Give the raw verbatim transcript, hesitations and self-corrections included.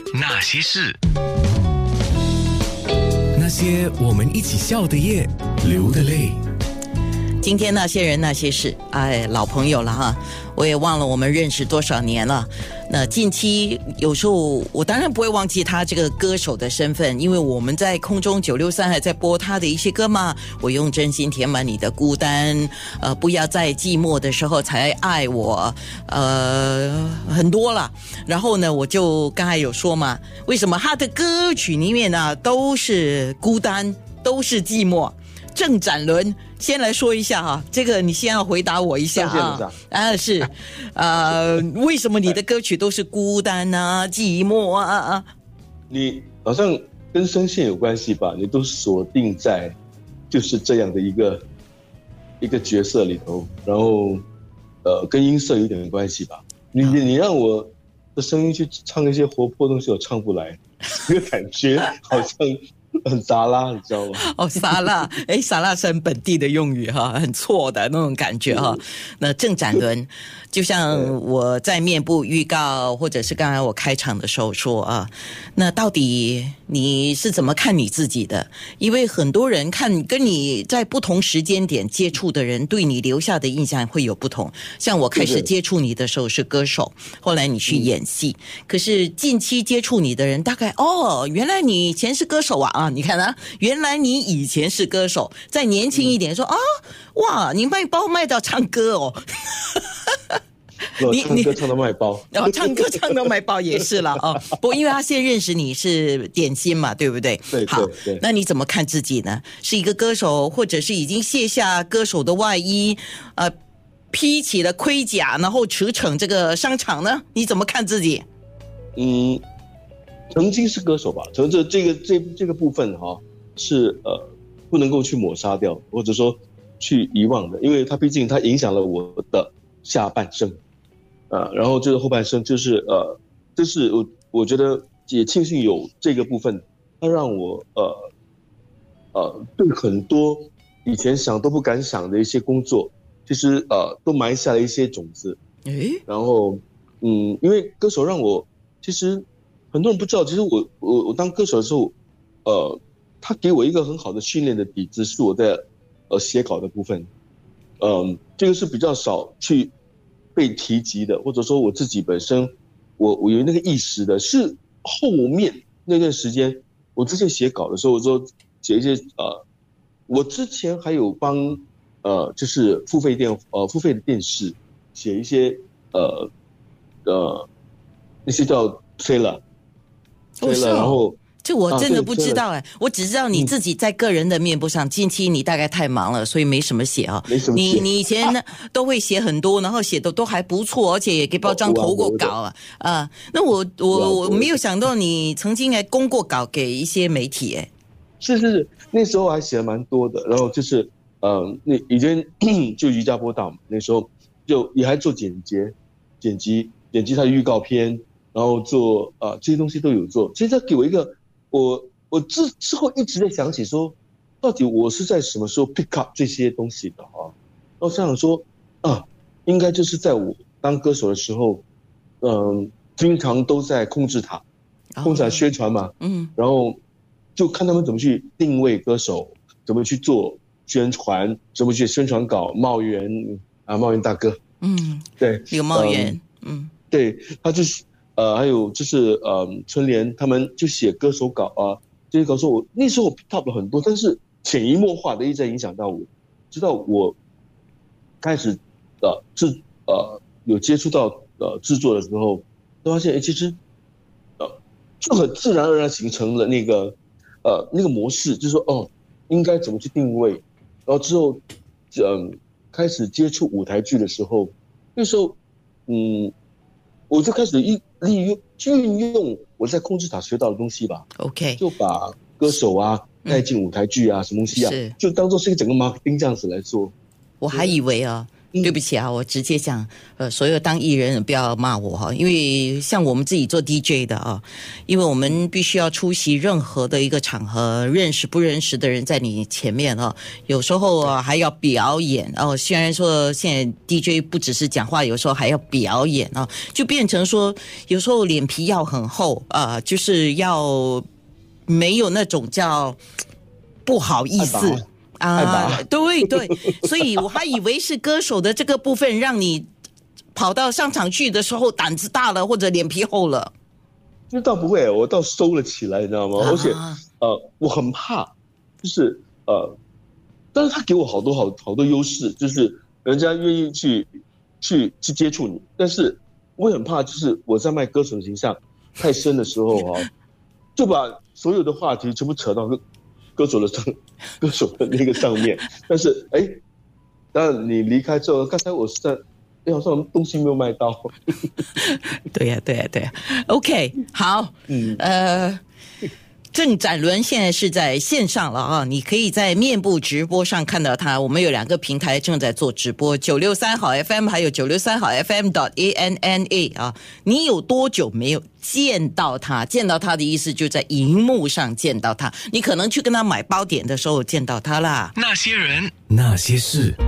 那些事， 那些我们一起笑的夜，流的泪。 今天那些人那些事，哎，老朋友了哈，我也忘了我们认识多少年了。那近期有时候我当然不会忘记他这个歌手的身份，因为我们在空中九六三还在播他的一些歌嘛。我用真心填满你的孤单，呃，不要在寂寞的时候才爱我，呃，很多了。然后呢，我就刚才有说嘛，为什么他的歌曲里面呢都是孤单，都是寂寞。郑展伦先来说一下哈，这个你先要回答我一下啊。啊是，呃，为什么你的歌曲都是孤单啊、寂寞啊？ 你好像跟声线有关系吧？你都锁定在就是这样的一个一个角色里头，然后呃，跟音色有点关系吧？你你让我的声音去唱一些活泼的东西，我唱不来，这个感觉好像。很沙拉，你知道吗？ 哦，沙拉，哎，沙拉是很本地的用语哈，很错的那种感觉哈。那郑展伦，就像我在面部预告，或者是刚才我开场的时候说啊，那到底你是怎么看你自己的？因为很多人看跟你在不同时间点接触的人，对你留下的印象会有不同。像我开始接触你的时候是歌手，后来你去演戏，嗯、可是近期接触你的人，大概哦，原来你以前是歌手啊啊！你看啊，原来你以前是歌手，再年轻一点说、嗯、啊，哇，你卖包卖到唱歌哦。 你唱歌唱到卖包， 然后、哦、唱歌唱到卖包也是了哦。不，因为他现在认识你是点心嘛，对不对？ 对， 好， 对对， 那你怎么看自己呢？是一个歌手，或者是已经卸下歌手的外衣，呃，披起了盔甲，然后驰骋这个商场呢？你怎么看自己？ 嗯。曾经是歌手吧，从这这个这这个部分哈、哦、是呃不能够去抹杀掉，或者说去遗忘的，因为它毕竟它影响了我的下半生，啊、呃，然后就是后半生就是呃，就是我我觉得也庆幸有这个部分，它让我呃呃对很多以前想都不敢想的一些工作，其实呃都埋下了一些种子， 诶， 然后嗯，因为歌手让我其实。很多人不知道，其实我我我当歌手的时候，呃，他给我一个很好的训练的底子，是我在呃写稿的部分，嗯、呃，这个是比较少去被提及的，或者说我自己本身，我我有那个意识的，是后面那段时间，我之前写稿的时候，我说写一些呃，我之前还有帮呃就是付费电呃付费的电视写一些呃呃那些叫 trailer。 对了，然后这我真的不知道哎、啊，我只知道你自己在个人的面部上，嗯、近期你大概太忙了，所以没什么写啊。 没什么写。 你你以前呢、啊、都会写很多，然后写的都还不错，而且也给报章投过稿啊。啊，那我我我没有想到你曾经还公过稿给一些媒体哎。 是是是，那时候还写了蛮多的，然后就是呃，那以前就瑜伽播道嘛，那时候就也还做剪辑，剪辑剪辑他的预告片。然后做啊、呃、这些东西都有做，其实他给我一个，我我之之后一直在想起说，到底我是在什么时候 pick up 这些东西的啊？然后想想说啊，应该就是在我当歌手的时候，嗯、呃，经常都在控制它，控制它宣传嘛，嗯，然后就看他们怎么去定位歌手，怎么去做宣传，怎么去宣传稿，茂源啊，茂源大哥， 嗯， 对， 刘茂源，嗯， 嗯对，他就是。呃，还有就是呃，春联他们就写歌手稿啊，这些稿说我那时候我 pick up 了很多，但是潜移默化的一直在影响到我，直到我开始呃制呃有接触到呃制作的时候，都发现哎，其实呃就很自然而然形成了那个呃那个模式，就是说哦应该怎么去定位，然后之后嗯、呃、开始接触舞台剧的时候，那时候嗯。我就开始利利用运用我在控制塔学到的东西吧 ，OK， 就把歌手啊带进舞台剧啊，嗯、什么东西啊，就当做是一个整个 marketing 这样子来做。 我还以为啊， 对不起啊，我直接讲，呃，所有当艺人不要骂我哈，因为像我们自己做 D J 的啊，因为我们必须要出席任何的一个场合，认识不认识的人在你前面啊，有时候啊还要表演哦。虽然说现在 D J 不只是讲话，有时候还要表演啊，就变成说有时候脸皮要很厚啊、呃，就是要没有那种叫不好意思。啊，对对，所以我还以为是歌手的这个部分让你跑到上场去的时候胆子大了或者脸皮厚了。 那倒不会，我倒收了起来，你知道吗？啊、而且呃，我很怕，就是呃，但是他给我好多好好多优势，就是人家愿意去去去接触你，但是我也很怕，就是我在卖歌手的形象太深的时候啊，就把所有的话题全部扯到歌手的上，歌手的那个上面，但是哎，当然你离开之后，刚才我是在，哎，好像东西没有卖到。 对呀、啊，对呀、啊，对呀、啊。OK， 好，嗯，呃，郑展伦现在是在线上了啊，你可以在面部直播上看到他。我们有两个平台正在做直播，九六三好 F M 还有九六三好 F M dot A N N A 啊。你有多久没有见到他？见到他的意思就在荧幕上见到他，你可能去跟他买包点的时候见到他啦。 那些人，那些事。